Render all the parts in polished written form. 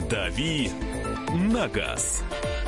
«Дави на газ».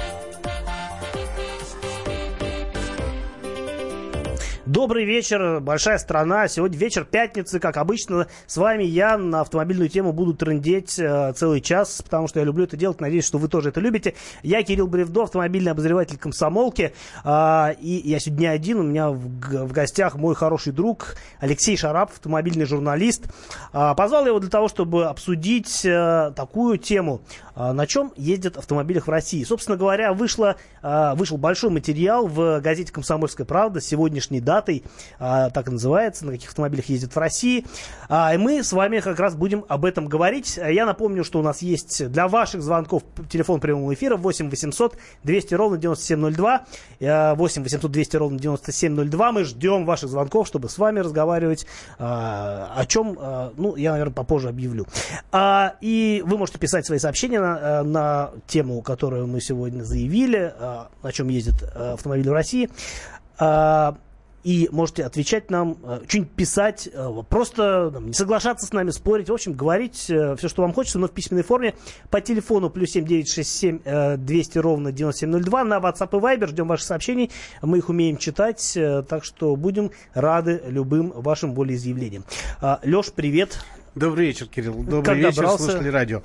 Добрый вечер, большая страна. Сегодня вечер пятницы, как обычно. С вами я на автомобильную тему буду трындеть целый час, потому что я люблю это делать. Надеюсь, что вы тоже это любите. Я Кирилл Бревдо, автомобильный обозреватель «Комсомолки». И я сегодня не один. У меня в гостях мой хороший друг Алексей Шарапов, автомобильный журналист. Позвал я его для того, чтобы обсудить такую тему. На чем ездят автомобили в России. Собственно говоря, вышел большой материал в газете «Комсомольская правда» с сегодняшней датой, так и называется, на каких автомобилях ездят в России. И мы с вами как раз будем об этом говорить. Я напомню, что у нас есть для ваших звонков телефон прямого эфира 8 800 200 ровно 9702. 8 800 200 ровно 9702. Мы ждем ваших звонков, чтобы с вами разговаривать. О чем, я, наверное, попозже объявлю. И вы можете писать свои сообщения на тему, которую мы сегодня заявили, о чем ездят автомобили в России. И можете отвечать нам, что-нибудь писать, просто не соглашаться с нами, спорить, в общем, говорить все, что вам хочется, но в письменной форме по телефону +7 967 200 ровно 9702 на WhatsApp и Viber. Ждем ваших сообщений, мы их умеем читать, так что будем рады любым вашим волеизъявлениям. Леш, привет. Добрый вечер, Кирилл. Добрый как вечер, добрался? Слушатели радио.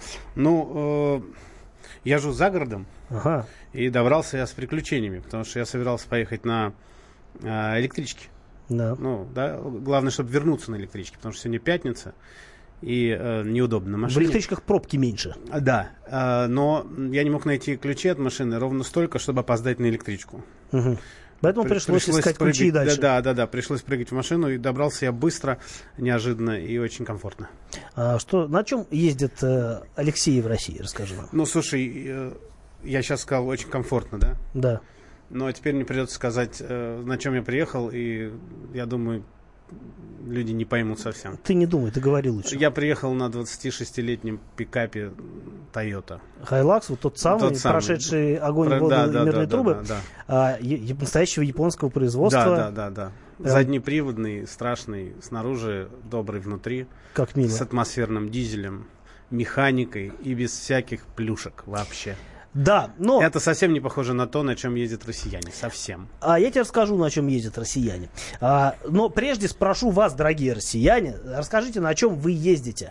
Я живу за городом, и добрался я с приключениями, потому что я собирался поехать на электричке. Да. Главное, чтобы вернуться на электричке, потому что сегодня пятница, и неудобно на машине. В электричках пробки меньше. Да, но я не мог найти ключи от машины ровно столько, чтобы опоздать на электричку. Угу. Поэтому пришлось искать ключи и дальше. Да, пришлось прыгать в машину, и добрался я быстро, неожиданно и очень комфортно. На чем ездят Алексеи в России, расскажи нам. Слушай, я сейчас сказал очень комфортно, да? Да. Но теперь мне придется сказать, на чем я приехал, и я думаю, люди не поймут совсем. Ты не думай, ты говори лучше. Я приехал на 26-летнем пикапе Toyota. Hilux, вот тот самый, прошедший огонь, воду и мирные трубы, настоящего японского производства. Да. Заднеприводный, страшный снаружи, добрый внутри. Как мило. С атмосферным дизелем, механикой и без всяких плюшек вообще. Да, но... Это совсем не похоже на то, на чем ездят россияне. Совсем. Я тебе расскажу, на чем ездят россияне. Но прежде спрошу вас, дорогие россияне, расскажите, на чем вы ездите.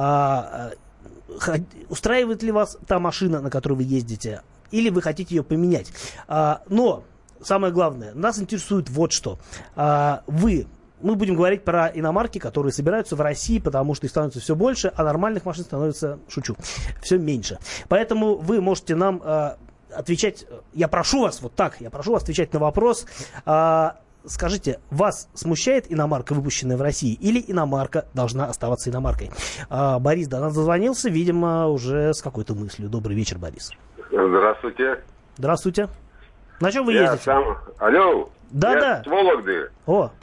Устраивает ли вас та машина, на которой вы ездите, или вы хотите ее поменять? Но самое главное, нас интересует вот что. Мы будем говорить про иномарки, которые собираются в России, потому что их становится все больше, а нормальных машин становится, все меньше. Поэтому вы можете нам отвечать, я прошу вас отвечать на вопрос. Скажите, вас смущает иномарка, выпущенная в России, или иномарка должна оставаться иномаркой? Борис до нас дозвонился, видимо, уже с какой-то мыслью. Добрый вечер, Борис. Здравствуйте. Здравствуйте. На чем вы ездите? Алло. Да. Я с Вологды.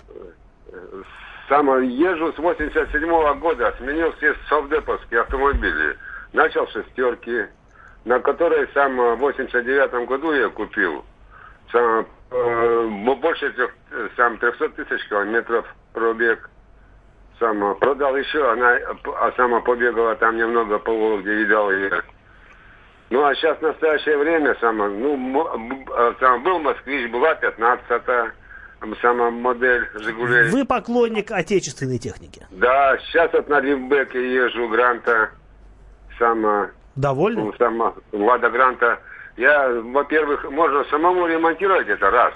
Езжу с 87-го года, сменил все совдеповские автомобили. Начал шестерки, на которые в 89-м году я купил. Больше 300 тысяч километров пробег. Продал еще, она побегала там немного по Вологде, видал ее. А сейчас в настоящее время был «Москвич», была 15-та. Сама модель «Жигулей». Вы поклонник отечественной техники? Да, сейчас на лифтбеке езжу, Гранта. Довольны? Лада Гранта. Во-первых, можно самому ремонтировать, это раз.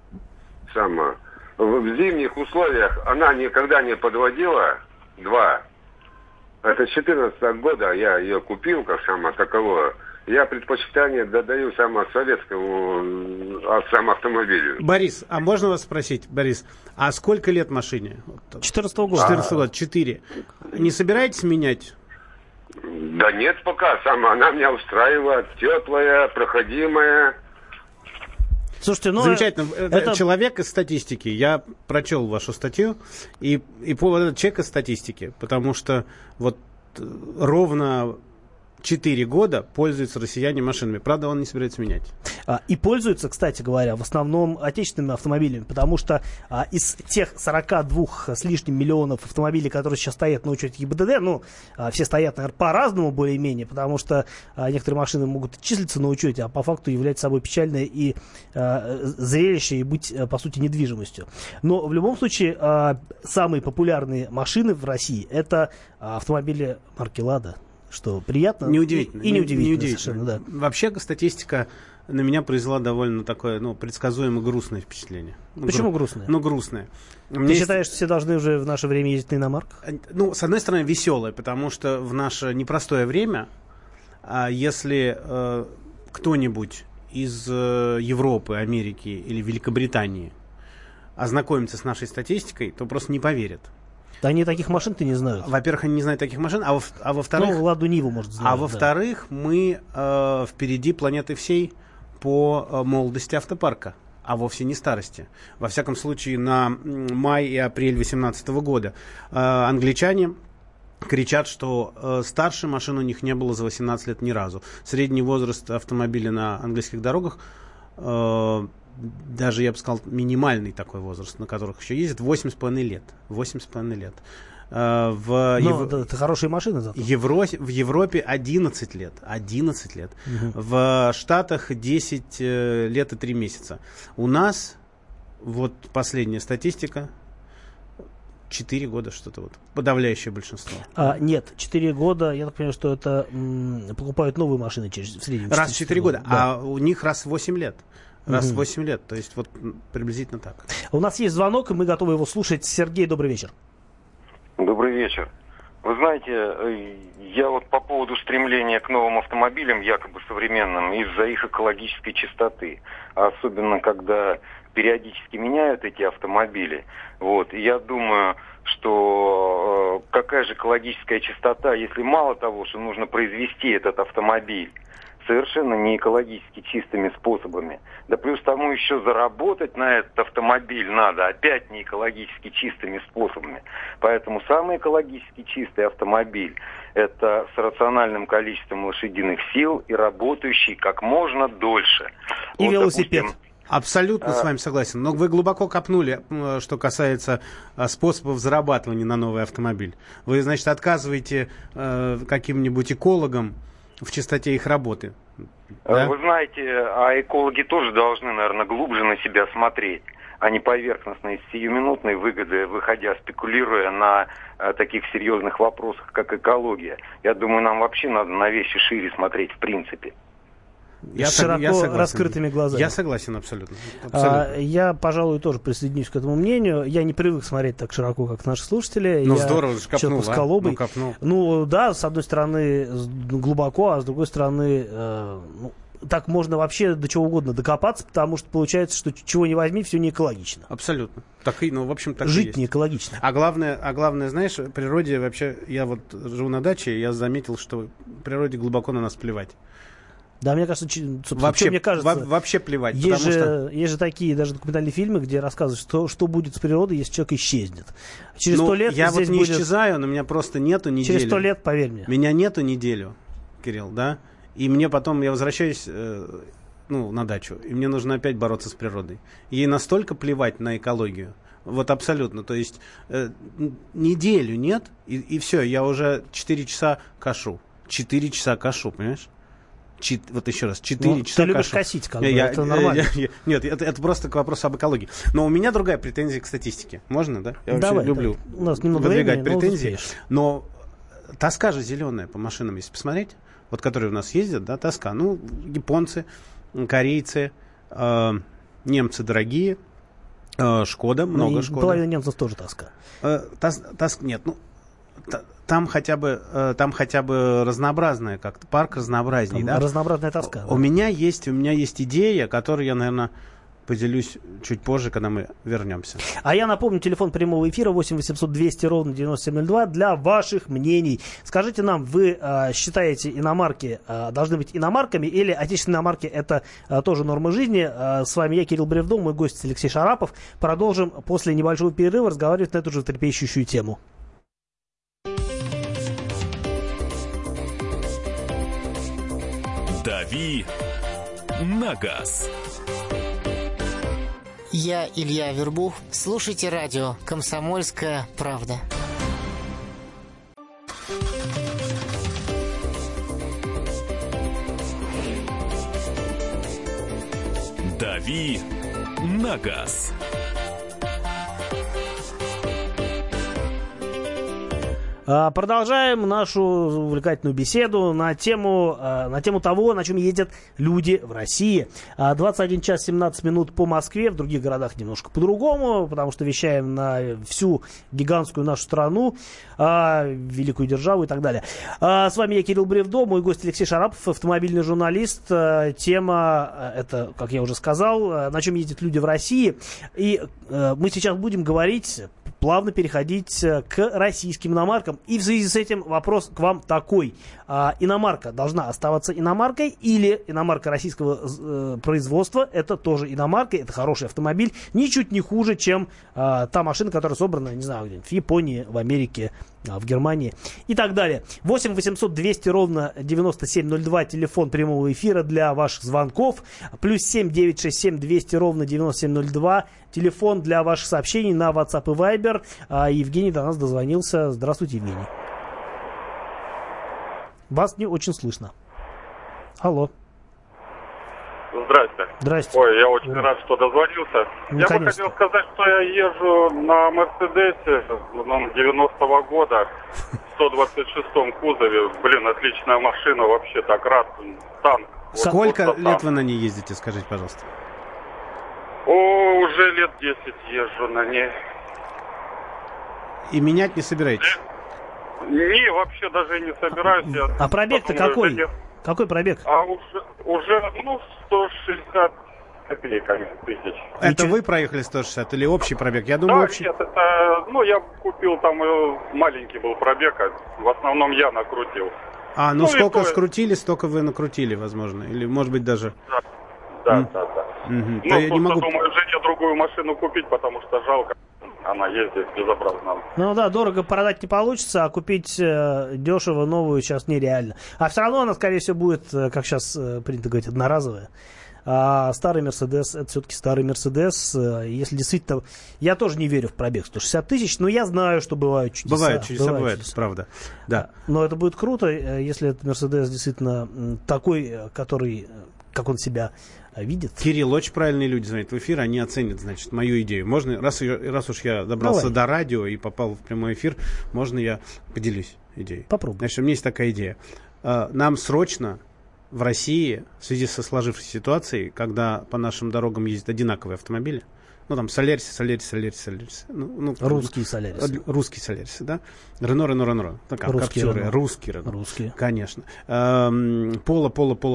В зимних условиях она никогда не подводила, два. Это 14 года я ее купил, как таковое. Я предпочитание даю советскому автомобилю. Борис, а можно вас спросить, а сколько лет машине? 14-го года. 14 год, 4. Не собираетесь менять? Да нет пока, она меня устраивает. Теплая, проходимая. Слушайте, замечательно. Это человек из статистики. Я прочел вашу статью и человек из статистики, потому что ровно 4 года пользуются россияне машинами. Правда, он не собирается менять. И пользуются, кстати говоря, в основном отечественными автомобилями, потому что из тех 42 с лишним миллионов автомобилей, которые сейчас стоят на учете ГИБДД, все стоят, наверное, по-разному более-менее, потому что некоторые машины могут числиться на учете, а по факту являются собой печальное и зрелище, и быть, по сути, недвижимостью. Но в любом случае, самые популярные машины в России — это автомобили марки «Лада», что приятно неудивительно, и неудивительно. Неудивительно. Совершенно, да. Вообще статистика на меня произвела довольно такое, предсказуемо грустное впечатление. Почему грустное? Грустное. Ты считаешь, что все должны уже в наше время ездить на иномарках? С одной стороны, веселое, потому что в наше непростое время, если кто-нибудь из Европы, Америки или Великобритании ознакомится с нашей статистикой, то просто не поверят. Да они таких машин-то не знают. Во-первых, они не знают таких машин, а во-вторых... Ладу Ниву, может, знают. А во-вторых, мы впереди планеты всей по молодости автопарка, а вовсе не старости. Во всяком случае, на май и апрель 2018 года англичане кричат, что старше машин у них не было за 18 лет ни разу. Средний возраст автомобиля на английских дорогах, даже, я бы сказал, минимальный такой возраст, на которых еще ездят, 8,5 лет. 8,5 лет. Это хорошие машины зато. В Европе 11 лет. 11 лет. Угу. В Штатах 10 лет и 3 месяца. У нас, вот последняя статистика, 4 года что-то вот. Подавляющее большинство. Нет, 4 года, я так понимаю, что это покупают новые машины в среднем. Раз в 4 года, да. А у них раз в 8 лет. Раз в 8 лет, то есть вот приблизительно так. У нас есть звонок, и мы готовы его слушать. Сергей, добрый вечер. Добрый вечер. Вы знаете, я вот по поводу стремления к новым автомобилям, якобы современным, из-за их экологической чистоты. Особенно, когда периодически меняют эти автомобили. Вот. И я думаю, что какая же экологическая чистота, если мало того, что нужно произвести этот автомобиль совершенно не экологически чистыми способами. Да плюс тому еще заработать на этот автомобиль надо опять не экологически чистыми способами. Поэтому самый экологически чистый автомобиль – это с рациональным количеством лошадиных сил и работающий как можно дольше. И велосипед. Допустим, абсолютно с вами согласен. Но вы глубоко копнули, что касается способов зарабатывания на новый автомобиль. Вы, значит, отказываете каким-нибудь экологам в чистоте их работы. Да? Вы знаете, а экологи тоже должны, наверное, глубже на себя смотреть, а не поверхностно из сиюминутной выгоды, выходя, спекулируя на таких серьезных вопросах, как экология. Я думаю, нам вообще надо на вещи шире смотреть в принципе. Широко раскрытыми глазами. Я согласен абсолютно. Я, пожалуй, тоже присоединюсь к этому мнению. Я не привык смотреть так широко, как наши слушатели. Ну, здорово же копнул, копнул. Ну, да, с одной стороны глубоко, а с другой стороны так можно вообще до чего угодно докопаться, потому что получается, что чего не возьми, все не экологично. Абсолютно. Так и, в общем, так жить и есть. Не экологично. А главное, знаешь, в природе вообще, я вот живу на даче, я заметил, что в природе глубоко на нас плевать. Да, мне кажется, вообще плевать. Есть же такие даже документальные фильмы, где рассказывают, что будет с природой, если человек исчезнет. Через 100 лет я здесь вот не будет... исчезаю, но меня просто нету неделю. Через 100 лет, поверь мне. Меня нету неделю, Кирилл, да? И мне потом, я возвращаюсь на дачу, и мне нужно опять бороться с природой. Ей настолько плевать на экологию. Вот абсолютно. То есть неделю нет, и все, я уже 4 часа кашу. 4 часа кашу, понимаешь? Вот еще раз, 4 часа ты любишь косить, как бы, это нормально. Нет, это просто к вопросу об экологии. Но у меня другая претензия к статистике. Можно, да? Я Давай, вообще люблю у нас немного выдвигать времени, претензии. Но тоска же зеленая по машинам, если посмотреть, вот которые у нас ездят, да, тоска. Ну, японцы, корейцы, немцы дорогие, Шкода, много Шкода. Половина немцев тоже тоска. Нет, там хотя бы разнообразная как-то, парк разнообразней, да? Разнообразная тоска. У меня есть идея, которую я, наверное, поделюсь чуть позже, когда мы вернемся. А я напомню, телефон прямого эфира 8 800 200 ровно 9702 для ваших мнений. Скажите нам, вы считаете иномарки должны быть иномарками или отечественные иномарки это тоже норма жизни? С вами я, Кирилл Бревдо, мой гость Алексей Шарапов. Продолжим после небольшого перерыва разговаривать на эту же трепещущую тему. «Дави на газ». Я Илья Вербух. Слушайте радио «Комсомольская правда». «Дави на газ». Продолжаем нашу увлекательную беседу на тему того, на чем ездят люди в России. 21 час 17 минут по Москве, в других городах немножко по-другому, потому что вещаем на всю гигантскую нашу страну, великую державу и так далее. С вами я, Кирилл Бревдо, мой гость Алексей Шарапов, автомобильный журналист. Тема, это, как я уже сказал, на чем ездят люди в России. И мы сейчас будем говорить, плавно переходить к российским иномаркам. И в связи с этим вопрос к вам такой. Иномарка должна оставаться иномаркой или иномарка российского производства, это тоже иномарка, это хороший автомобиль, ничуть не хуже, чем та машина, которая собрана, не знаю, где-нибудь в Японии, в Америке, в Германии и так далее. 8 800 200 ровно 9702, телефон прямого эфира для ваших звонков. Плюс 7 967 200 ровно 9702, телефон для ваших сообщений на WhatsApp и Viber. Евгений до нас дозвонился. Здравствуйте, Евгений. Вас не очень слышно. Алло. Здрасте. Здрасте. Ой, я очень рад, что дозвонился. Я бы хотел сказать, что я езжу на Мерседесе 90-го года в 126-м кузове. Блин, отличная машина, вообще так рад. Танк. Сколько лет вы на ней ездите, скажите, пожалуйста? Уже лет 10 езжу на ней. И менять не собираетесь? Не, вообще даже не собираюсь. А пробег-то какой? Какой пробег? Уже 160 копейками тысяч. Это вы проехали 160 или общий пробег? Я думаю, общий. Нет, это, я купил там маленький был пробег, а в основном я накрутил. Сколько скрутили, столько вы накрутили, возможно. Или, может быть, даже... Да. Угу. Я не могу... думаю, жене другую машину купить, потому что жалко. Она ездит безобразно. Дорого продать не получится, а купить дешево новую сейчас нереально. А все равно она, скорее всего, будет, как сейчас принято говорить, одноразовая. А старый Мерседес, это все-таки старый Мерседес. Если действительно... Я тоже не верю в пробег 160 тысяч, но я знаю, что бывают чудеса. Бывают чудеса, правда. Да. Но это будет круто, если этот Мерседес действительно такой, который, как он себя видит. Кирилл, очень правильные люди звонят в эфир, они оценят, значит, мою идею. Можно, раз уж я добрался до радио и попал в прямой эфир, можно я поделюсь идеей? Попробуй. Значит, у меня есть такая идея. Нам срочно в России, в связи со сложившейся ситуацией, когда по нашим дорогам ездят одинаковые автомобили, Солярис. Русские Солярисы. Русские Солярисы, да? Рено. Русские Рено. Русские Рено. Русские. Конечно. Поло.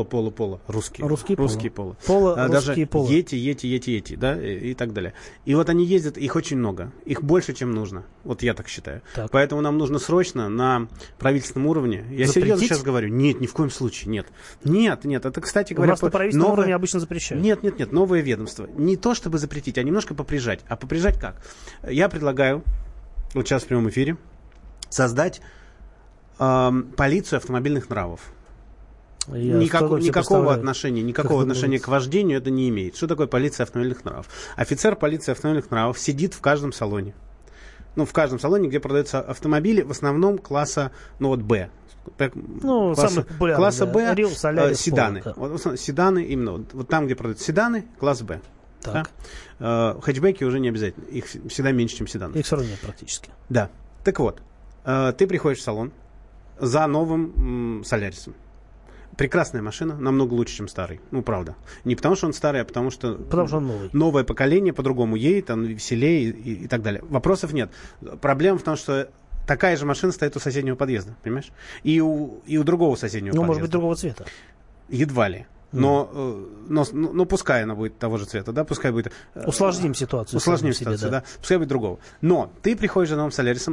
Русские Поло. Даже Ети, да, и так далее. И вот они ездят, их очень много. Их больше, чем нужно. Вот я так считаю. Так. Поэтому нам нужно срочно на правительственном уровне. Я серьезно сейчас говорю. Нет, ни в коем случае, нет. Нет. Это, кстати говоря... У нас на правительственном уровне обычно запрещают. Нет. Новое ведомство. Не то, чтобы запретить, а немножко поприжать. А поприжать как? Я предлагаю, вот сейчас в прямом эфире, создать полицию автомобильных нравов. Никакого отношения к вождению это не имеет. Что такое полиция автомобильных нравов? Офицер полиции автомобильных нравов сидит в каждом салоне. В каждом салоне, где продаются автомобили, в основном класса, Б. Самый популярный, класса Б, Рил, Солярис, седаны. Поло, да. Седаны, именно. Вот там, где продают седаны, класс Б. Так. Да? Хэтчбеки уже не обязательно. Их всегда меньше, чем седаны. Их все равно нет практически. Да. Так вот, ты приходишь в салон за новым Солярисом. Прекрасная машина, намного лучше, чем старый. Правда. Не потому, что он старый, а потому что он новый. Новое поколение по-другому едет, он веселее и так далее. Вопросов нет. Проблема в том, что такая же машина стоит у соседнего подъезда, понимаешь? И у другого соседнего подъезда. Может быть, другого цвета. Едва ли. Но пускай она будет того же цвета, да, пускай будет... Усложним ситуацию, да. Пускай будет другого. Но ты приходишь за новым Солярисом,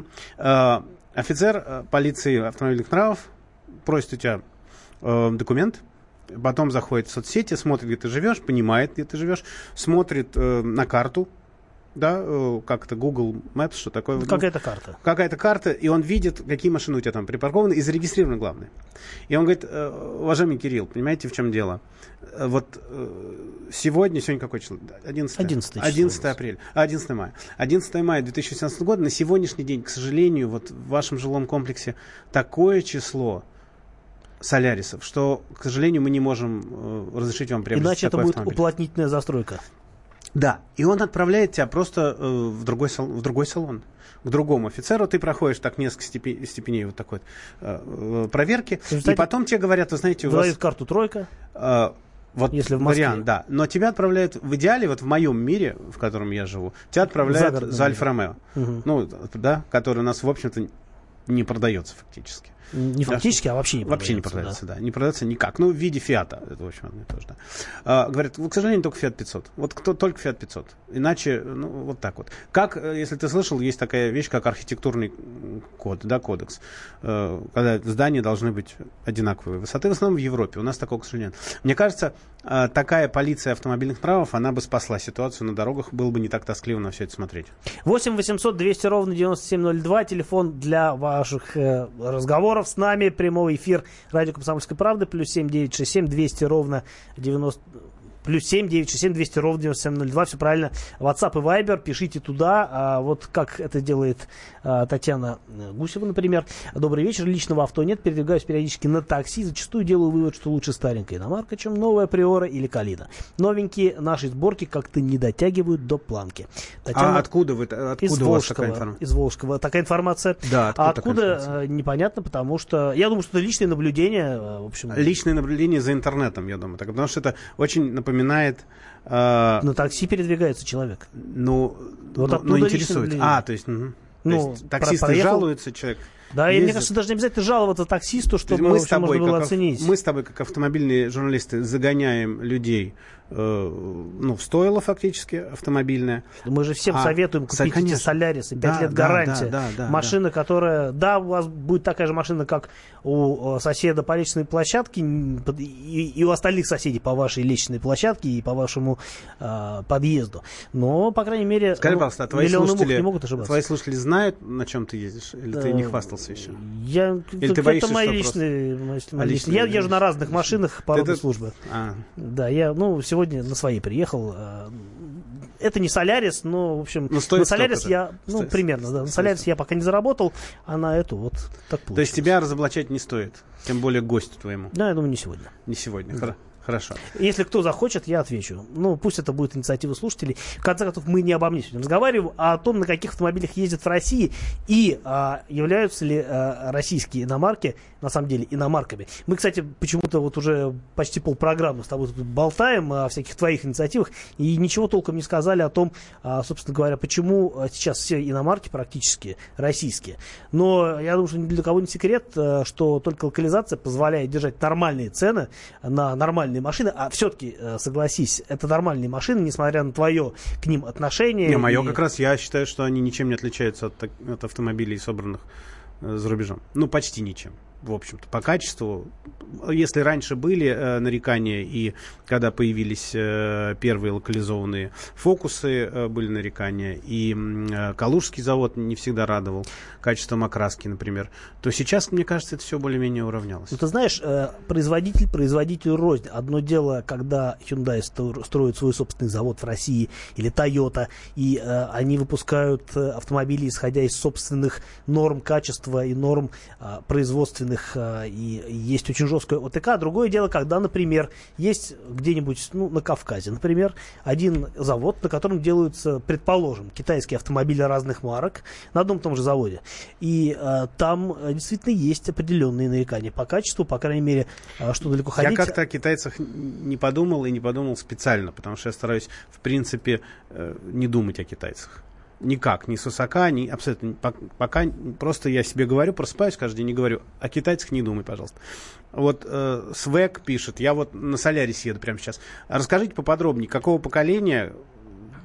офицер полиции автомобильных нравов просит у тебя документ, потом заходит в соцсети, смотрит, где ты живешь, понимает, где ты живешь, смотрит на карту, да, как-то Google Maps, что такое. Какая-то карта. Какая-то карта, и он видит, какие машины у тебя там припаркованы, и зарегистрированы, главное. И он говорит, уважаемый Кирилл, понимаете, в чем дело? Вот сегодня какое число? 11 апреля. 11 мая. 11 мая 2017 года, на сегодняшний день, к сожалению, вот в вашем жилом комплексе такое число солярисов, что, к сожалению, мы не можем разрешить вам приобрести иначе такой это будет автомобиль. уплотнительная застройка. Да, и он отправляет тебя просто в другой салон, к другому офицеру. Ты проходишь так несколько степеней вот такой проверки, и потом тебе говорят, вы знаете, у вас... Выдают карту тройка. Вот если в Москве. Вариант, да. Но тебя отправляют в идеале, вот в моем мире, в котором я живу, тебя отправляют за Альфа-Ромео. Угу. Ну, да, который у нас, в общем-то, не продается фактически. Не фактически, а вообще не продается. Вообще не продается, да. Не продается никак. Ну, в виде Фиата. Это, в общем, одно и то же, да. Говорят, к сожалению, только Фиат 500. Вот только Фиат 500. Иначе, ну, вот так вот. Как, если ты слышал, есть такая вещь, как архитектурный код, да, кодекс. Когда здания должны быть одинаковой высоты. В основном в Европе. У нас такого, к сожалению, нет. Мне кажется, такая полиция автомобильных правов, она бы спасла ситуацию на дорогах. Было бы не так тоскливо на все это смотреть. 8 800 200 ровно 9702. Телефон для ваших разговоров с нами. Прямой эфир радио «Комсомольская правда». Плюс 7 967 200 ровно 90... Плюс 7 967 200 ровно 9702. Все правильно. WhatsApp и Viber. Пишите туда. Вот как это делает Татьяна Гусева, например. Добрый вечер. Личного авто нет. Передвигаюсь периодически на такси. Зачастую делаю вывод, что лучше старенькая иномарка, чем новая Приора или Калина. Новенькие нашей сборки как-то не дотягивают до планки. Татьяна... Откуда у вас такая информация? Из Волжского. Такая информация. Да, откуда непонятно, потому что... Я думаю, что это личное наблюдение. В общем... Личное наблюдение за интернетом, я думаю. Потому что это очень напоминает... На такси передвигается человек. Ну, вот но интересует. То есть... То есть таксисты жалуются, человек... Да, и мне кажется, даже не обязательно жаловаться таксисту, чтобы можно было оценить. Мы с тобой, как автомобильные журналисты, загоняем людей в стойло фактически автомобильное. Мы же всем советуем купить эти солярисы, 5 лет гарантия. Машина, которая, у вас будет такая же машина, как у соседа по личной площадке, и у остальных соседей по вашей личной площадке и по вашему подъезду. Но, по крайней мере, скажи, пожалуйста, а не могут ошибаться. Твои слушатели знают, на чем ты ездишь? Или ты не хвастался еще? Или ты боишься, что личные. Я езжу на разных машинах по роду службы. Да, я, сегодня на своей приехал. Это не Солярис, но, в общем, на Солярис я, примерно, да, на Солярис я пока не заработал, а на эту вот так получилось. То есть тебя разоблачать не стоит, тем более гостю твоему? Да, я думаю, не сегодня. Не сегодня, да. Хорошо. Если кто захочет, я отвечу. Пусть это будет инициатива слушателей. В конце концов, мы не обо мне сегодня разговариваем, а о том, на каких автомобилях ездят в России и являются ли российские иномарки, на самом деле, иномарками. Мы, кстати, почему-то вот уже почти полпрограммы с тобой тут болтаем о всяких твоих инициативах и ничего толком не сказали о том, собственно говоря, почему сейчас все иномарки практически российские. Но я думаю, что ни для кого не секрет, что только локализация позволяет держать нормальные цены на нормальные машины, а все-таки, согласись, это нормальные машины, несмотря на твое к ним отношение. Мое как раз, я считаю, что они ничем не отличаются от автомобилей, собранных за рубежом. Почти ничем. В общем-то, по качеству, если раньше были нарекания, и когда появились первые локализованные фокусы, были нарекания, и Калужский завод не всегда радовал качеством окраски, например, то сейчас, мне кажется, это все более-менее уравнялось. Ты знаешь, производителю рознь. Одно дело, когда Hyundai строит свой собственный завод в России, или Toyota, и они выпускают автомобили, исходя из собственных норм качества и норм производственных, и есть очень жесткая ОТК. Другое дело, когда, например, есть где-нибудь на Кавказе, например, один завод, на котором делаются, предположим, китайские автомобили разных марок на одном и том же заводе. И там действительно есть определенные нарекания по качеству, по крайней мере, что далеко ходить. Я как-то о китайцах не подумал и не подумал специально, потому что я стараюсь, в принципе, не думать о китайцах. Никак, ни с высока, ни абсолютно. Пока просто я себе говорю, просыпаюсь каждый день и говорю, о китайцах не думай, пожалуйста. Вот Свек пишет, я вот на Солярисе еду прямо сейчас. Расскажите поподробнее, какого поколения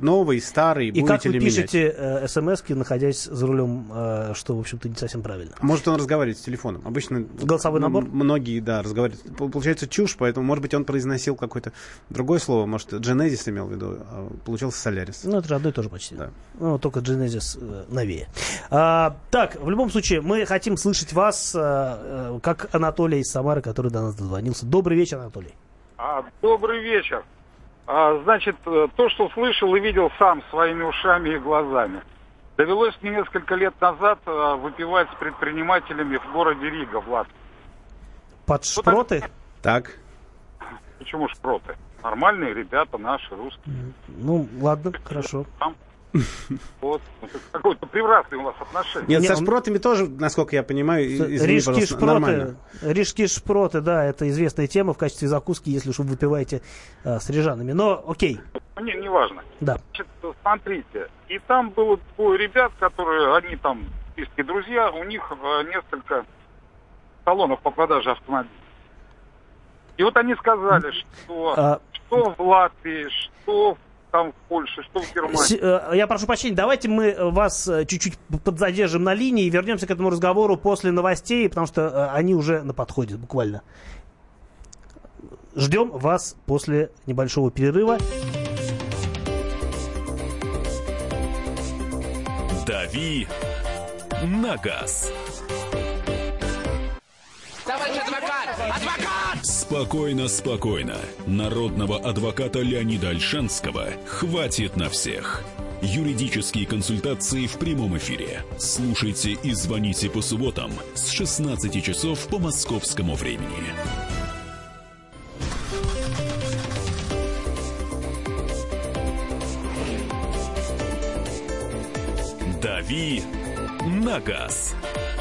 новый, старый, И будете как вы ли менять. пишете смс-ки, находясь за рулем, что, в общем-то, не совсем правильно. Может, он разговаривает с телефоном. Обычно голосовой набор? Многие, да, разговаривают. Получается чушь, поэтому, может быть, он произносил какое-то другое слово. Может, Genesis имел в виду, а получился Solaris. Ну, это же одно и то же почти. Да. Ну, только Genesis новее. Так, в любом случае, мы хотим слышать вас, как Анатолий из Самары, который до нас дозвонился. Добрый вечер, Анатолий. Добрый вечер. Значит, то, что слышал и видел сам своими ушами и глазами. Довелось мне несколько лет назад выпивать с предпринимателями в городе Рига, Влад. Под шпроты? Так. Почему шпроты? Нормальные ребята, наши, русские. Ну, ладно, хорошо. Там. Вот. Какое-то превратное у вас отношение. Нет, со шпротами тоже, насколько я понимаю, Рижские шпроты. Рижские шпроты, да, это известная тема в качестве закуски, если уж вы выпиваете с рижанами. Но, окей. Не важно. Да. Значит, смотрите. И там было двое ребят, которые, они там, близкие друзья, у них несколько салонов по продаже автомобилей. И вот они сказали, что в Латвии, что там в Польше, что в Германии. Я прошу прощения, давайте мы вас чуть-чуть подзадержим на линии и вернемся к этому разговору после новостей, потому что они уже на подходе буквально. Ждем вас после небольшого перерыва. «Дави на газ». Товарищ адвокат! Адвокат! Спокойно, спокойно. Народного адвоката Леонида Ольшанского хватит на всех. Юридические консультации в прямом эфире. Слушайте и звоните по субботам с 16 часов по московскому времени. «Дави на газ».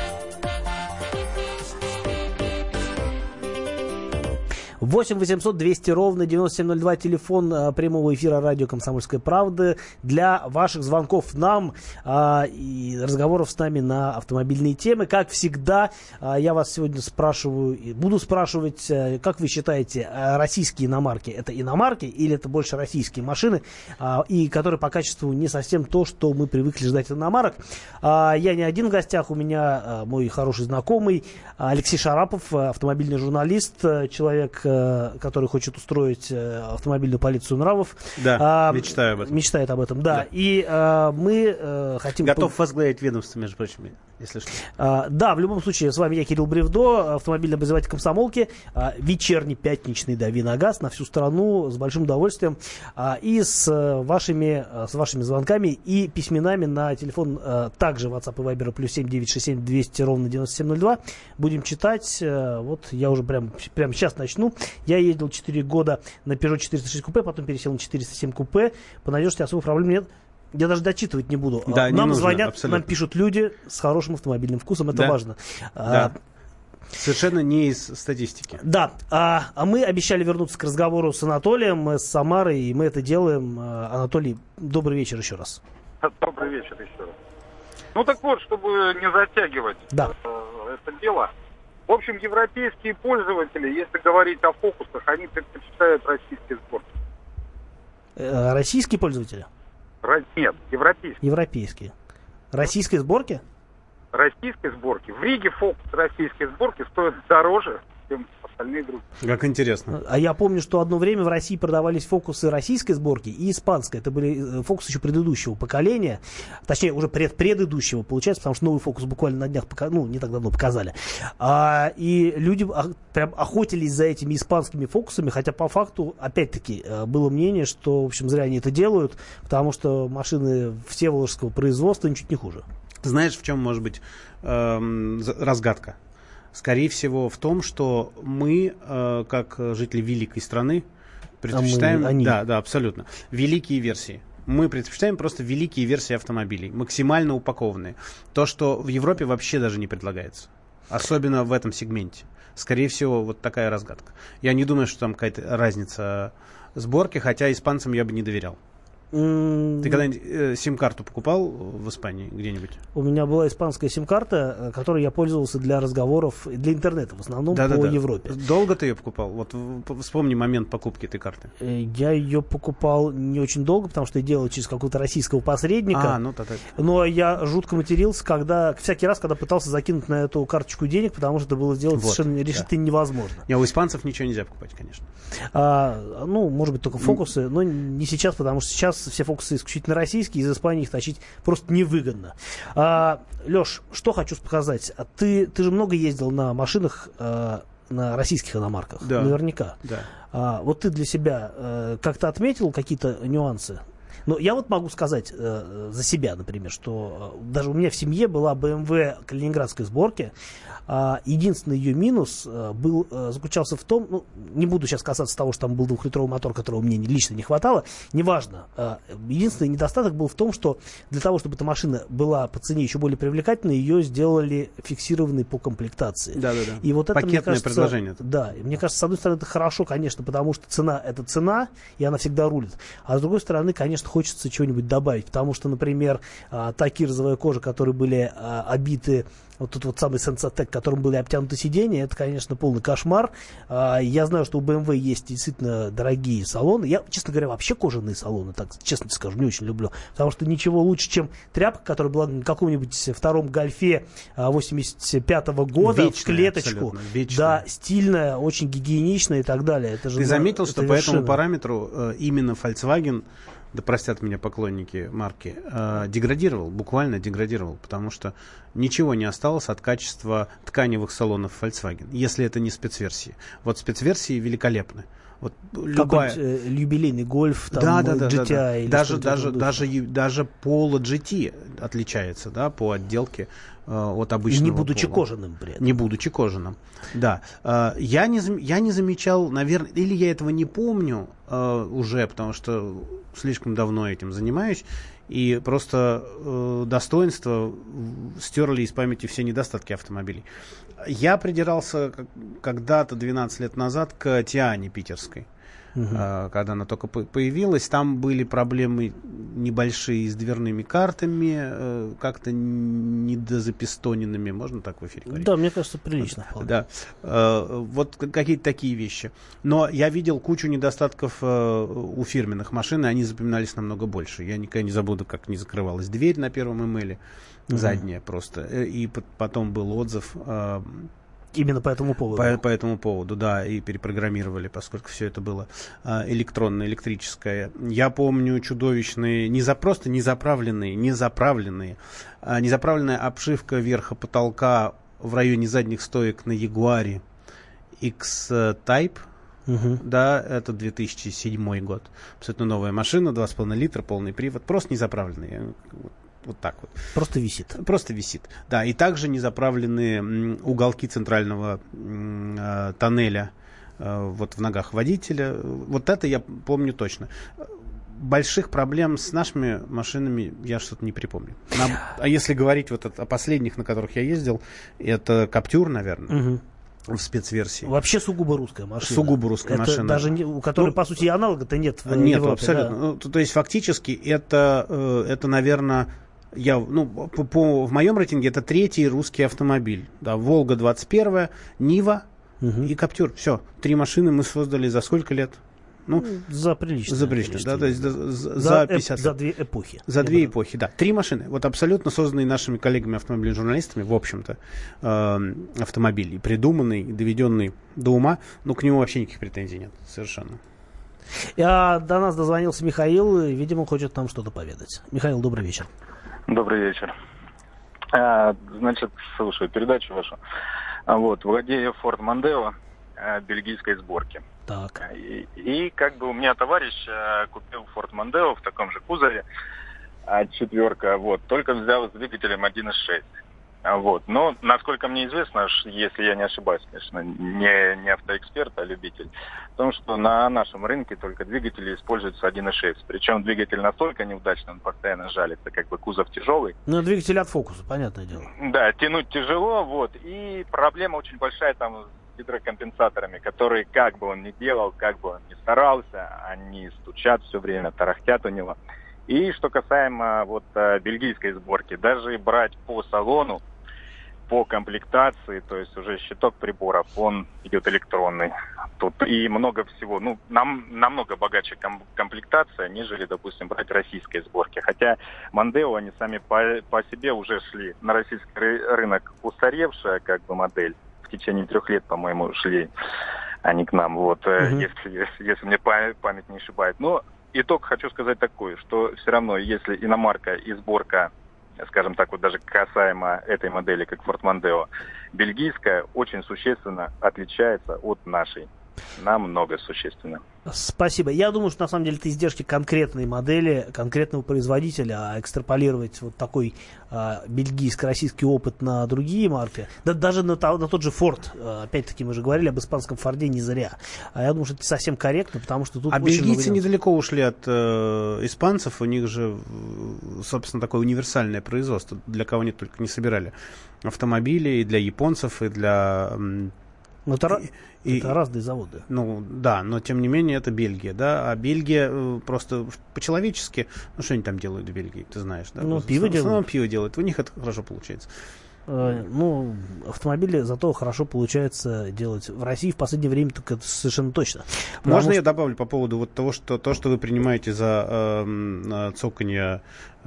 8 800 200 ровно 9702, телефон прямого эфира радио «Комсомольская правда» для ваших звонков нам и разговоров с нами на автомобильные темы. Как всегда, я вас сегодня спрашиваю, и буду спрашивать, как вы считаете, российские иномарки — это иномарки или это больше российские машины, и которые по качеству не совсем то, что мы привыкли ждать от иномарок. Я не один в гостях, у меня мой хороший знакомый Алексей Шарапов, автомобильный журналист, человек, который хочет устроить автомобильную полицию нравов. Да, мечтаю об этом. Мечтает об этом, да. И мы хотим... Готов возглавить ведомство, между прочим, если что. Да, в любом случае, с вами я, Кирилл Бревдо, автомобильный обозреватель «Комсомолки». Вечерний пятничный «Дави на газ» на всю страну с большим удовольствием. И с вашими звонками и письменами на телефон также WhatsApp и Viber +7 967 200 ровно 9702 будем читать. Вот я уже прямо сейчас начну. Я ездил 4 года на Peugeot 406 купе, потом пересел на 407 купе. По надежности особых проблем нет. Я даже дочитывать не буду. Да, нам нужно, звонят, абсолютно. нам пишут люди с хорошим автомобильным вкусом. Это важно. Да. Совершенно не из статистики. Да, а мы обещали вернуться к разговору с Анатолием, с Самарой, и мы это делаем. Анатолий, добрый вечер еще раз. Добрый вечер еще раз. Ну так вот, чтобы не затягивать это дело. В общем, европейские пользователи, если говорить о фокусах, они предпочитают российские сборки. Российские пользователи? Нет, европейские. Европейские. Российской сборки? Российской сборки. В Риге фокус российской сборки стоит дороже, чем остальные другие. Как интересно. А я помню, что одно время в России продавались фокусы российской сборки и испанской. Это были фокусы еще предыдущего поколения. Точнее, уже предыдущего, получается, потому что новый фокус буквально на днях, не так давно показали. И люди прям охотились за этими испанскими фокусами, хотя по факту, опять-таки, было мнение, что, в общем, зря они это делают, потому что машины всеволожского производства ничуть не хуже. Знаешь, в чем может быть разгадка? Скорее всего, в том, что мы, как жители великой страны, предпочитаем... Да, абсолютно. Великие версии. Мы предпочитаем просто великие версии автомобилей, максимально упакованные. То, что в Европе вообще даже не предлагается. Особенно в этом сегменте. Скорее всего, вот такая разгадка. Я не думаю, что там какая-то разница сборки, хотя испанцам я бы не доверял. Ты когда-нибудь сим-карту покупал в Испании где-нибудь? У меня была испанская сим-карта, которой я пользовался для разговоров, для интернета, в основном по Европе. Долго ты ее покупал? Вот вспомни момент покупки этой карты. Я ее покупал не очень долго, потому что я делал через какого-то российского посредника. Но я жутко матерился, всякий раз, когда пытался закинуть на эту карточку денег, потому что это было сделать совершенно решительно невозможно. У испанцев ничего нельзя покупать, конечно. Может быть, только фокусы, но не сейчас, потому что сейчас все фокусы исключительно российские, из Испании их тащить просто невыгодно. Леш, что хочу показать. Ты же много ездил на машинах, на российских иномарках, наверняка. Да. Вот ты для себя как-то отметил какие-то нюансы? Но я вот могу сказать за себя, например, что даже у меня в семье была BMW калининградской сборки. Единственный ее минус заключался в том, не буду сейчас касаться того, что там был 2-литровый мотор, которого мне лично не хватало, неважно. Единственный недостаток был в том, что для того, чтобы эта машина была по цене еще более привлекательной, ее сделали фиксированной по комплектации. Да. И вот это, пакетное мне кажется, предложение. Да, и мне кажется, с одной стороны, это хорошо, конечно, потому что цена — это цена, и она всегда рулит. А с другой стороны, конечно, хочется чего-нибудь добавить, потому что, например, та кирзовая кожа, которой были обиты вот тут вот самый Sensatec, которым были обтянуты сиденья, это, конечно, полный кошмар. Я знаю, что у BMW есть действительно дорогие салоны. Я, честно говоря, вообще кожаные салоны, так честно скажу, не очень люблю. Потому что ничего лучше, чем тряпка, которая была на каком-нибудь втором Гольфе 85-го года, вечная, в клеточку. Да, стильная, очень гигиеничная и так далее. Это же, ты заметил, что по этому параметру именно Volkswagen, да простят меня поклонники марки, буквально деградировал, потому что ничего не осталось от качества тканевых салонов Volkswagen, если это не спецверсии. Вот спецверсии великолепны. Вот любая... юбилейный Гольф, там, GTI. Даже Polo GT отличается, да, по отделке от обычного. Не будучи Polo. Кожаным при этом. Не будучи кожаным, да. Я не замечал, наверное, или я этого не помню уже, потому что слишком давно этим занимаюсь, и просто достоинства стерли из памяти все недостатки автомобилей. Я придирался когда-то 12 лет назад к Тиане питерской. Когда она только появилась, там были проблемы небольшие с дверными картами, как-то недозапистоненными, можно так в эфире говорить? Да, мне кажется, прилично. Да, вот какие-то такие вещи. Но я видел кучу недостатков у фирменных машин, и они запоминались намного больше. Я никогда не забуду, как не закрывалась дверь на первом МЛе, задняя просто. И потом был отзыв... Именно по этому поводу. По этому поводу, да, и перепрограммировали, поскольку все это было электронное, электрическое. Я помню чудовищные, незаправленная обшивка верха потолка в районе задних стоек на Ягуаре X-Type. Да, это 2007 год. Абсолютно новая машина, 2,5 литра, полный привод, просто незаправленный. Вот так вот. Просто висит. Просто висит. Да, и также незаправленные уголки центрального тоннеля вот в ногах водителя. Вот это я помню точно. Больших проблем с нашими машинами я что-то не припомню. А если говорить вот о последних, на которых я ездил, это Каптюр, наверное. В спецверсии. Вообще сугубо русская машина. Сугубо русская машина. Даже у которой, по сути, и аналога-то нет в Нет, Европе, абсолютно. Да? То есть, фактически, это наверное, в моем рейтинге это третий русский автомобиль. Да, Волга 21, Нива и Каптюр. Все, 3 машины мы создали за сколько лет? За прилично. Да, то есть за 50 За 2 эпохи. За 2 эпохи, да. 3 машины. Вот абсолютно созданные нашими коллегами автомобильными журналистами, в общем-то, автомобиль. И придуманный, и доведенный до ума. К нему вообще никаких претензий нет. Совершенно. До нас дозвонился Михаил, и, видимо, хочет нам что-то поведать. Михаил, добрый вечер. Добрый вечер. Значит, слушаю передачу вашу. Владею Ford Mondeo бельгийской сборки. Так. И как бы у меня товарищ купил Ford Mondeo в таком же кузове, 4, только взял с двигателем 1.6. Но, насколько мне известно, если я не ошибаюсь, конечно, не автоэксперт, а любитель, в том, что на нашем рынке только двигатели используются 1.6. Причем двигатель настолько неудачный, он постоянно жалится, как бы кузов тяжелый. Двигатель от фокуса, понятное дело. Да, тянуть тяжело, и проблема очень большая там с гидрокомпенсаторами, которые, как бы он ни делал, как бы он ни старался, они стучат все время, тарахтят у него. И что касаемо вот бельгийской сборки, даже брать по салону, по комплектации, то есть уже щиток приборов, он идет электронный. Тут и много всего. Ну, намного богаче комплектация, нежели, допустим, брать российской сборки. Хотя Мондео, они сами по себе уже шли на российский рынок, устаревшая как бы модель. В течение 3 лет, по-моему, шли они к нам, вот, если мне память не ошибает. Но итог хочу сказать такой, что все равно, если иномарка и сборка, скажем так, вот даже касаемо этой модели, как Ford Mondeo, бельгийская очень существенно отличается от нашей. Намного существенно. Спасибо. Я думаю, что на самом деле это издержки конкретной модели, конкретного производителя, а экстраполировать вот такой бельгийско-российский опыт на другие марки, да даже на тот же Ford, опять-таки мы же говорили об испанском Форде не зря. А я думаю, что это совсем корректно, потому что тут бельгийцы недалеко ушли от испанцев, у них же, собственно, такое универсальное производство, для кого они только не собирали автомобили, и для японцев, и для... Это разные заводы. Ну, да, но тем не менее это Бельгия, да, а Бельгия просто по-человечески, ну, что они там делают в Бельгии, ты знаешь, да? Ну, пиво делают. В основном пиво делают, у них это хорошо получается. Ну, автомобили зато хорошо получается делать в России в последнее время, только это совершенно точно. Можно я добавлю по поводу вот того, что вы принимаете за цоканье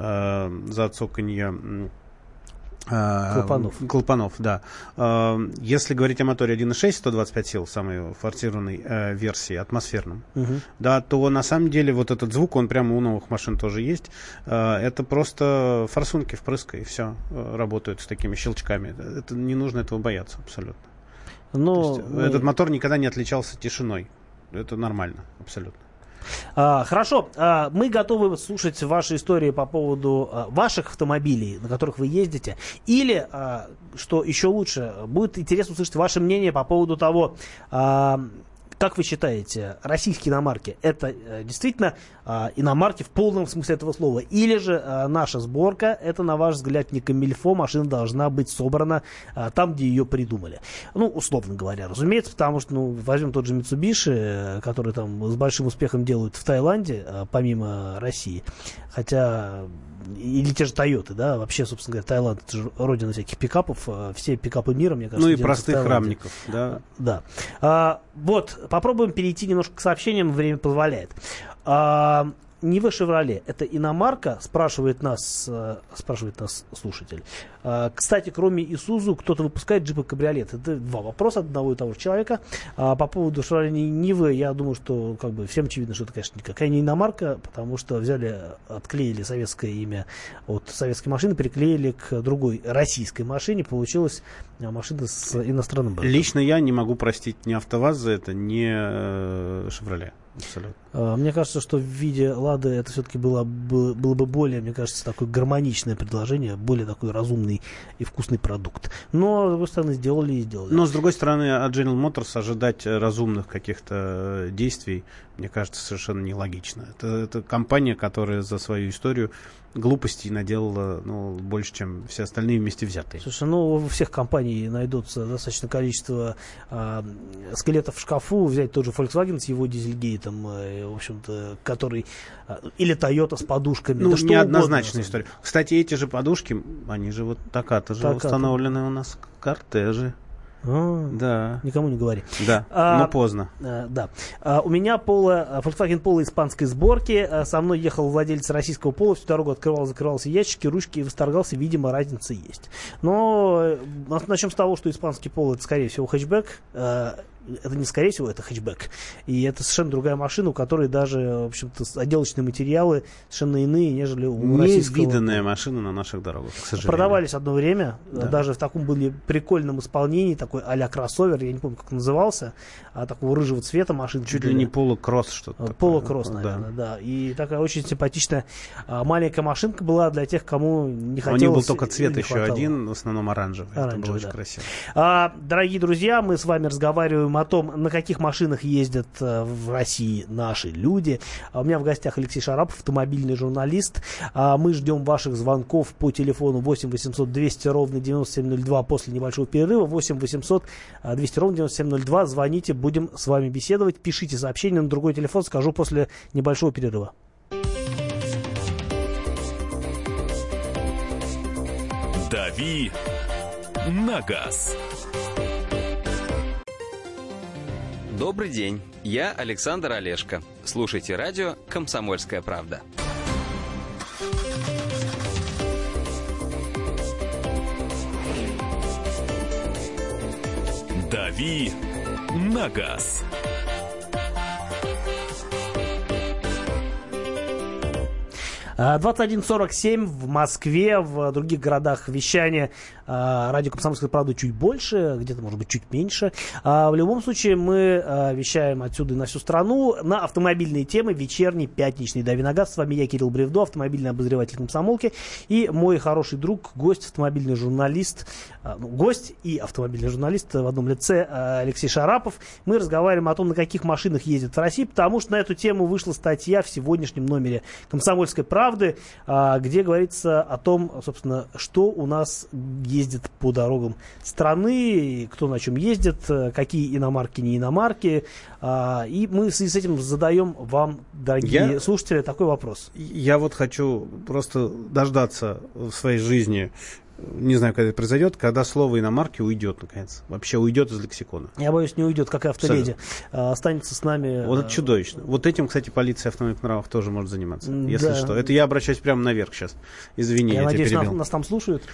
клапанов, да. Если говорить о моторе 1.6, 125 сил, самой форсированной версии, атмосферном, да, то на самом деле вот этот звук, он прямо у новых машин тоже есть. Это просто форсунки впрыска, и все, работают с такими щелчками. Это, не нужно этого бояться абсолютно. Этот мотор никогда не отличался тишиной. Это нормально, абсолютно. Хорошо, мы готовы слушать ваши истории по поводу ваших автомобилей, на которых вы ездите. Или, что еще лучше, будет интересно услышать ваше мнение по поводу того, как вы считаете, российские иномарки — это действительно иномарки в полном смысле этого слова? Или же наша сборка — это, на ваш взгляд, не камильфо, машина должна быть собрана там, где ее придумали? Ну, условно говоря, разумеется, потому что, возьмем тот же Mitsubishi, который там с большим успехом делают в Таиланде, помимо России. Хотя... Или те же Тойоты, да, вообще, собственно говоря, Таиланд — это же родина всяких пикапов, все пикапы мира, мне кажется. Ну и простых рамников, да. Да. Вот, попробуем перейти немножко к сообщениям, время позволяет. Нива Chevrolet — это иномарка, спрашивает нас слушатель. Кстати, кроме Isuzu, кто-то выпускает джипы-кабриолеты. Это 2 вопроса от одного и того же человека. По поводу Chevrolet Нивы, я думаю, что как бы всем очевидно, что это, конечно, никакая не иномарка, потому что отклеили советское имя от советской машины, приклеили к другой российской машине, получилась машина с иностранным брендом. Лично я не могу простить ни АвтоВАЗ за это, ни Chevrolet. Абсолютно. Мне кажется, что в виде Лады это все-таки было бы более, мне кажется, такое гармоничное предложение, более такой разумный и вкусный продукт. Но, с другой стороны, сделали и сделали. Но, с другой стороны, от General Motors ожидать разумных каких-то действий, мне кажется, совершенно нелогично. Это компания, которая за свою историю глупостей наделала больше, чем все остальные вместе взятые. Слушай, у всех компаний найдутся достаточное количество скелетов в шкафу. Взять тот же Volkswagen с его дизельгейтом, в общем-то, который... Или Toyota с подушками. Неоднозначная история. Кстати, эти же подушки, они же вот Takata же установлены у нас в кортеже. Да. Никому не говори. Да, но поздно. Да. У меня Volkswagen Polo испанской сборки. Со мной ехал владелец российского Polo. Всю дорогу закрывался ящики, ручки и восторгался. Видимо, разница есть. Но начнем с того, что испанский Polo — это, скорее всего, хэтчбэк. Это не скорее всего, это хэтчбэк. И это совершенно другая машина, у которой даже, в общем-то, отделочные материалы совершенно иные, нежели у российского. Невиданная машина на наших дорогах, к сожалению. Продавались одно время, да. Даже в таком были прикольном исполнении, такой а-ля кроссовер, я не помню, как назывался, такого рыжего цвета машины. Чуть ли не полукросс что-то. Полукросс, наверное, да. И такая очень симпатичная маленькая машинка была для тех, кому не хотелось. У них был только цвет еще один, в основном оранжевый. Это было очень красиво. Дорогие друзья, мы с вами разговариваем о том, на каких машинах ездят в России наши люди. У меня в гостях Алексей Шарапов, автомобильный журналист. Мы ждем ваших звонков по телефону 8 800 200 ровно 9702 после небольшого перерыва. 8 800 200 ровно 9702. Звоните, будем с вами беседовать. Пишите сообщения на другой телефон, скажу после небольшого перерыва. «Дави на газ». Добрый день, я Александр Олешко. Слушайте радио «Комсомольская правда». «Дави на газ». 21:47 в Москве, в других городах вещания радио «Комсомольская правда» чуть больше, где-то, может быть, чуть меньше. В любом случае, мы вещаем отсюда и на всю страну на автомобильные темы. Вечерний, пятничный «Дави на газ». С вами я, Кирилл Бревдо, автомобильный обозреватель «Комсомолки». И мой хороший друг, гость, автомобильный журналист, гость и автомобильный журналист в одном лице Алексей Шарапов. Мы разговариваем о том, на каких машинах ездят в России, потому что на эту тему вышла статья в сегодняшнем номере «Комсомольской правды», где говорится о том, собственно, что у нас ездит по дорогам страны, кто на чем ездит, какие иномарки, не иномарки. И мы в связи с этим задаем вам, дорогие слушатели, такой вопрос. Я вот хочу просто дождаться в своей жизни, не знаю, когда это произойдет, когда слово иномарки уйдет, наконец. Вообще уйдет из лексикона. Я боюсь, не уйдет, как и автоледи. Останется с нами... Вот это чудовищно. Вот этим, кстати, полиция автомобильных нравов тоже может заниматься, если что. Это я обращаюсь прямо наверх сейчас. Извини, я надеюсь, тебя перебил. нас там слушают.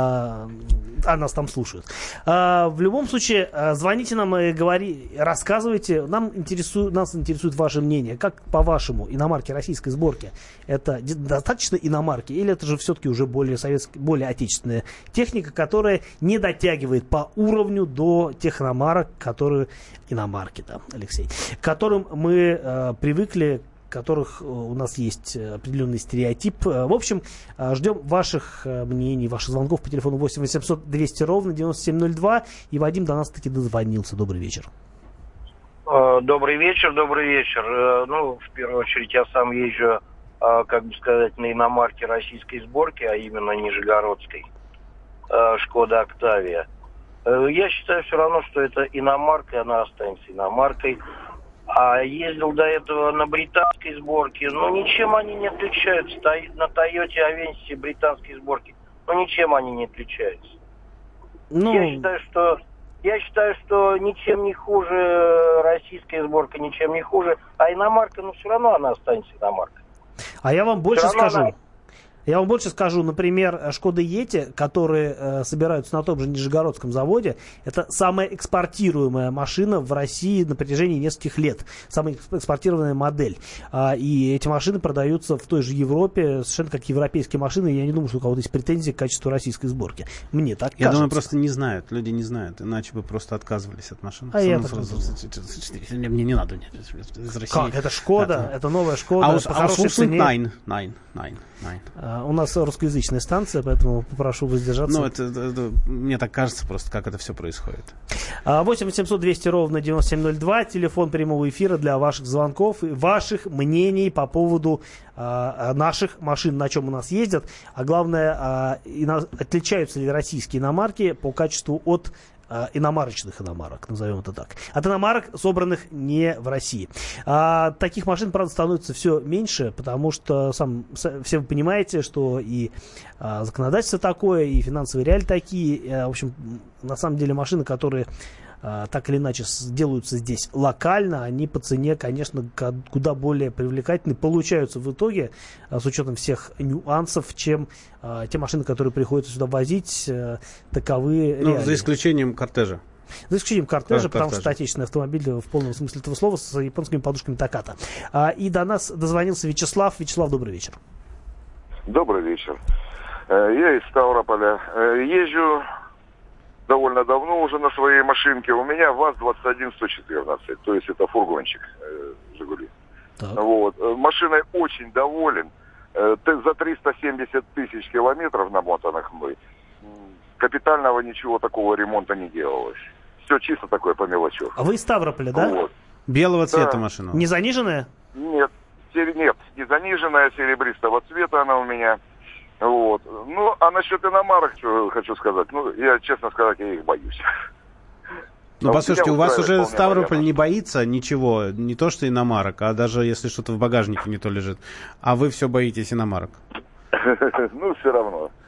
Нас там слушают. В любом случае, звоните нам и рассказывайте. Нас интересует ваше мнение. Как, по-вашему, иномарки российской сборки, это достаточно иномарки? Или это же все-таки уже более советские, более отечественные техника, которая не дотягивает по уровню до тех иномарок, которые... Иномарки, да, Алексей. К которым мы привыкли, в которых у нас есть определенный стереотип. В общем, ждем ваших мнений, ваших звонков по телефону 8 800 200 ровно 9702. И Вадим до нас таки дозвонился. Добрый вечер. Добрый вечер, добрый вечер. В первую очередь, я сам езжу, как бы сказать, на иномарке российской сборки, а именно нижегородской. Шкода Октавия. Я считаю все равно, что это иномарка, и она останется иномаркой. А ездил до этого на британской сборке. Ничем они не отличаются. На Тойоте Авенси британской сборки. Ничем они не отличаются. Я считаю, что ничем не хуже российская сборка, ничем не хуже. А иномарка, все равно она останется иномаркой. А я вам больше скажу. Я вам больше скажу, например, Шкода Йети, которые собираются на том же Нижегородском заводе, это самая экспортируемая машина в России на протяжении нескольких лет. Самая экспортированная модель. И эти машины продаются в той же Европе, совершенно как европейские машины. Я не думаю, что у кого-то есть претензии к качеству российской сборки. Мне так кажется. Я думаю, просто не знают. Люди не знают. Иначе бы просто отказывались от машин. Мне не надо. Как? Это Шкода? Это новая Шкода? А у у нас русскоязычная станция, поэтому попрошу воздержаться. Это мне так кажется просто, как это все происходит. 8 800 200 ровно 9702. Телефон прямого эфира для ваших звонков и ваших мнений по поводу наших машин, на чем у нас ездят. А главное, отличаются ли российские иномарки по качеству от иномарочных иномарок, назовем это так. От иномарок, собранных не в России. Таких машин, правда, становится все меньше, потому что все вы понимаете, что и законодательство такое, и финансовые реалии такие. В общем, на самом деле машины, которые так или иначе делаются здесь локально, они по цене, конечно, куда более привлекательны, получаются в итоге, с учетом всех нюансов, чем те машины, которые приходится сюда возить, таковы реалии. За исключением кортежа. За исключением кортежа, потому что отечественный автомобиль в полном смысле этого слова с японскими подушками Таката. И до нас дозвонился Вячеслав. Вячеслав, добрый вечер. Добрый вечер. Я из Ставрополя. Езжу довольно давно уже на своей машинке. У меня ВАЗ-21-114, то есть это фургончик «Жигули». Вот. Машиной очень доволен. За 370 тысяч километров намотанных мной капитального ничего такого ремонта не делалось. Все чисто такое по мелочу. А вы из Ставрополя, да? Вот. Белого цвета машина? Не заниженная? Нет, не заниженная, серебристого цвета она у меня. Вот. А насчет иномарок, что хочу сказать, я, честно сказать, я их боюсь. Послушайте, у вас уже Ставрополь не боится ничего, не то что иномарок, а даже если что-то в багажнике не то лежит, а вы все боитесь иномарок. Все равно.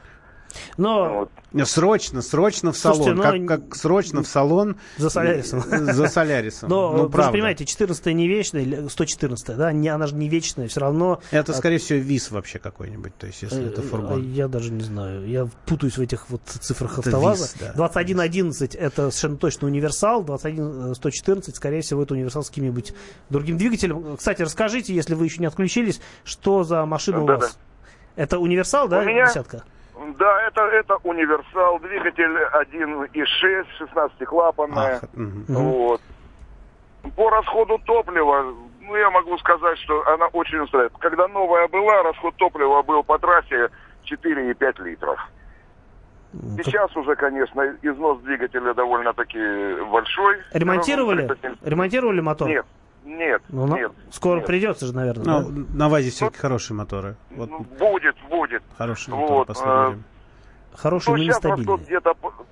Но... Срочно в салон. Слушайте, как срочно в салон. За Солярисом. За Солярисом. Но вы же понимаете, 14-я не вечная, 114-я, да, она же не вечная, все равно... Это, скорее всего, ВИЗ вообще какой-нибудь, то есть, если это фургон. Я даже не знаю, я путаюсь в этих вот цифрах АвтоВАЗа. 2111 это совершенно точно универсал, 21114, скорее всего, это универсал с каким-нибудь другим двигателем. Кстати, расскажите, если вы еще не отключились, что за машина у вас? Это универсал, да, десятка? Да, это универсал, двигатель 1.6, 16-клапанная. Вот. По расходу топлива, я могу сказать, что она очень устраивает. Когда новая была, расход топлива был по трассе 4,5 литров. Сейчас уже, конечно, износ двигателя довольно-таки большой. Ремонтировали мотор? Нет. Скоро придется же, наверное. На ВАЗе все-таки хорошие моторы. Вот. Будет. Хороший мотор, последний. Хороший, но нестабильный. Сейчас где-то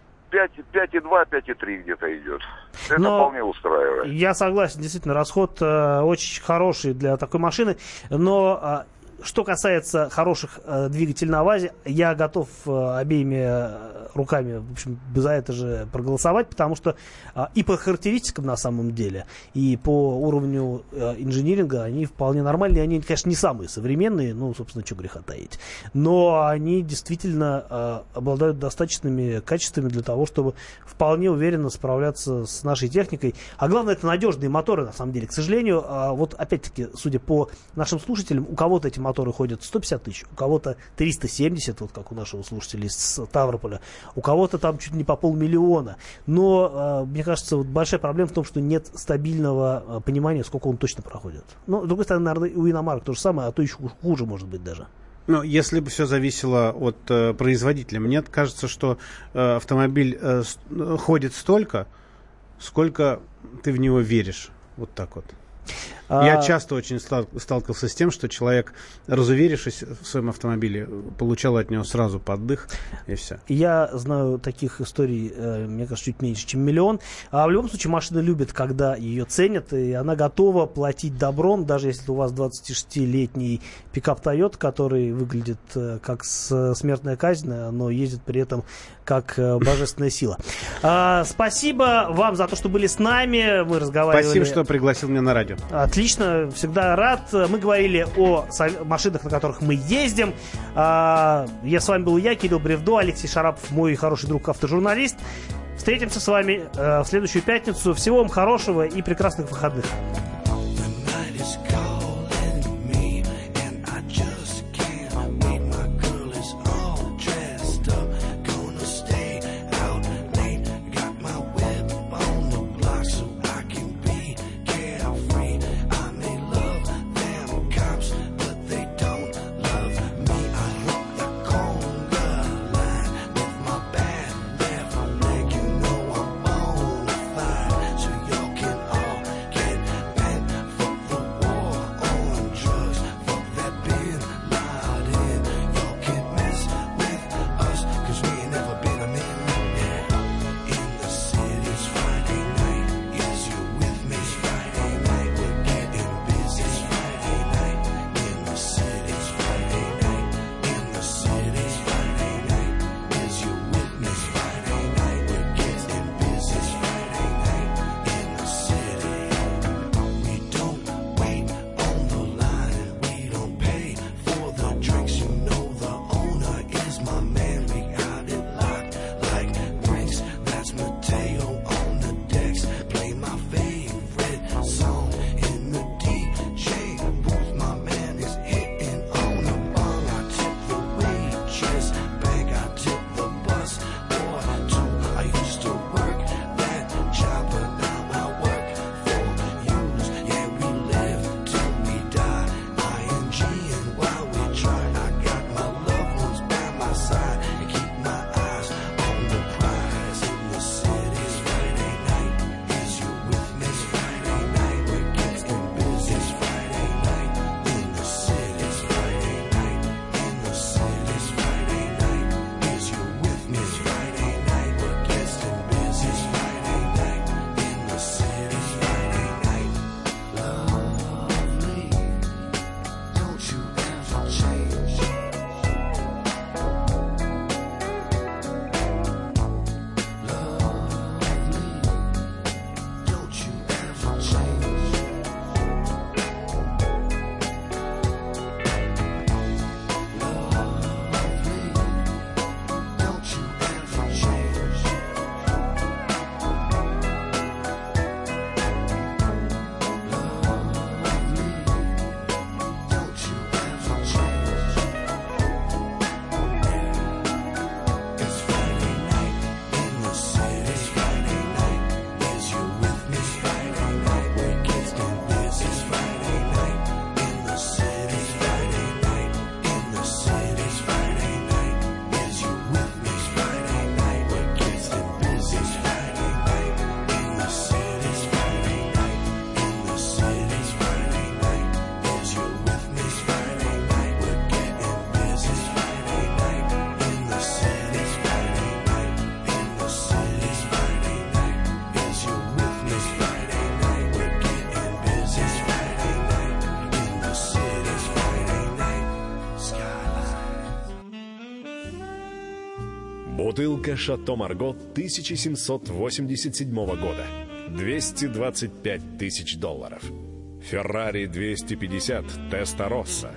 5,2, 5,3 где-то идет. Это вполне устраивает. Я согласен, действительно, расход очень хороший для такой машины. Но что касается хороших двигателей на ВАЗе, я готов обеими руками, в общем, за это же проголосовать, потому что и по характеристикам на самом деле, и по уровню инжиниринга они вполне нормальные. Они, конечно, не самые современные, собственно, что греха таить. Но они действительно обладают достаточными качествами для того, чтобы вполне уверенно справляться с нашей техникой. А главное, это надежные моторы, на самом деле. К сожалению, вот опять-таки, судя по нашим слушателям, у кого-то эти моторы ходят 150 тысяч, у кого-то 370, вот как у нашего слушателя из Ставрополя, у кого-то там чуть не по 500 000. Но, мне кажется, вот большая проблема в том, что нет стабильного понимания, сколько он точно проходит. Но, с другой стороны, наверное, у иномарок то же самое, а то еще хуже может быть даже. Если бы все зависело от производителя, мне кажется, что автомобиль ходит столько, сколько ты в него веришь. Вот так вот. Я часто очень сталкивался с тем, что человек, разуверившись в своем автомобиле, получал от него сразу поддых, и все. Я знаю таких историй, мне кажется, чуть меньше, чем 1 миллион. А в любом случае машина любит, когда ее ценят, и она готова платить добром, даже если у вас 26-летний пикап Toyota, который выглядит как смертная казнь, но ездит при этом как божественная сила. Спасибо вам за то, что были с нами. Мы разговаривали... Спасибо, что пригласил меня на радио. Отлично, всегда рад. Мы говорили о машинах, на которых мы ездим. С вами был я, Кирилл Бревдо, Алексей Шарапов, мой хороший друг, автожурналист. Встретимся с вами в следующую пятницу. Всего вам хорошего и прекрасных выходных. Машинка «Шато Марго» 1787 года. $225 тысяч. Феррари 250 Тестороssa,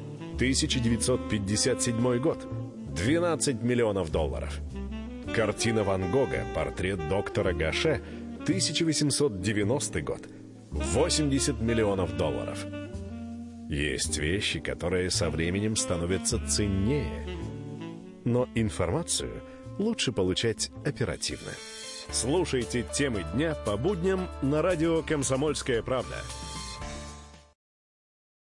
1957 год. $12 миллионов. Картина Ван Гога «Портрет доктора Гаше», 1890 год. $80 миллионов. Есть вещи, которые со временем становятся ценнее. Но информацию лучше получать оперативно. Слушайте темы дня по будням на радио «Комсомольская правда».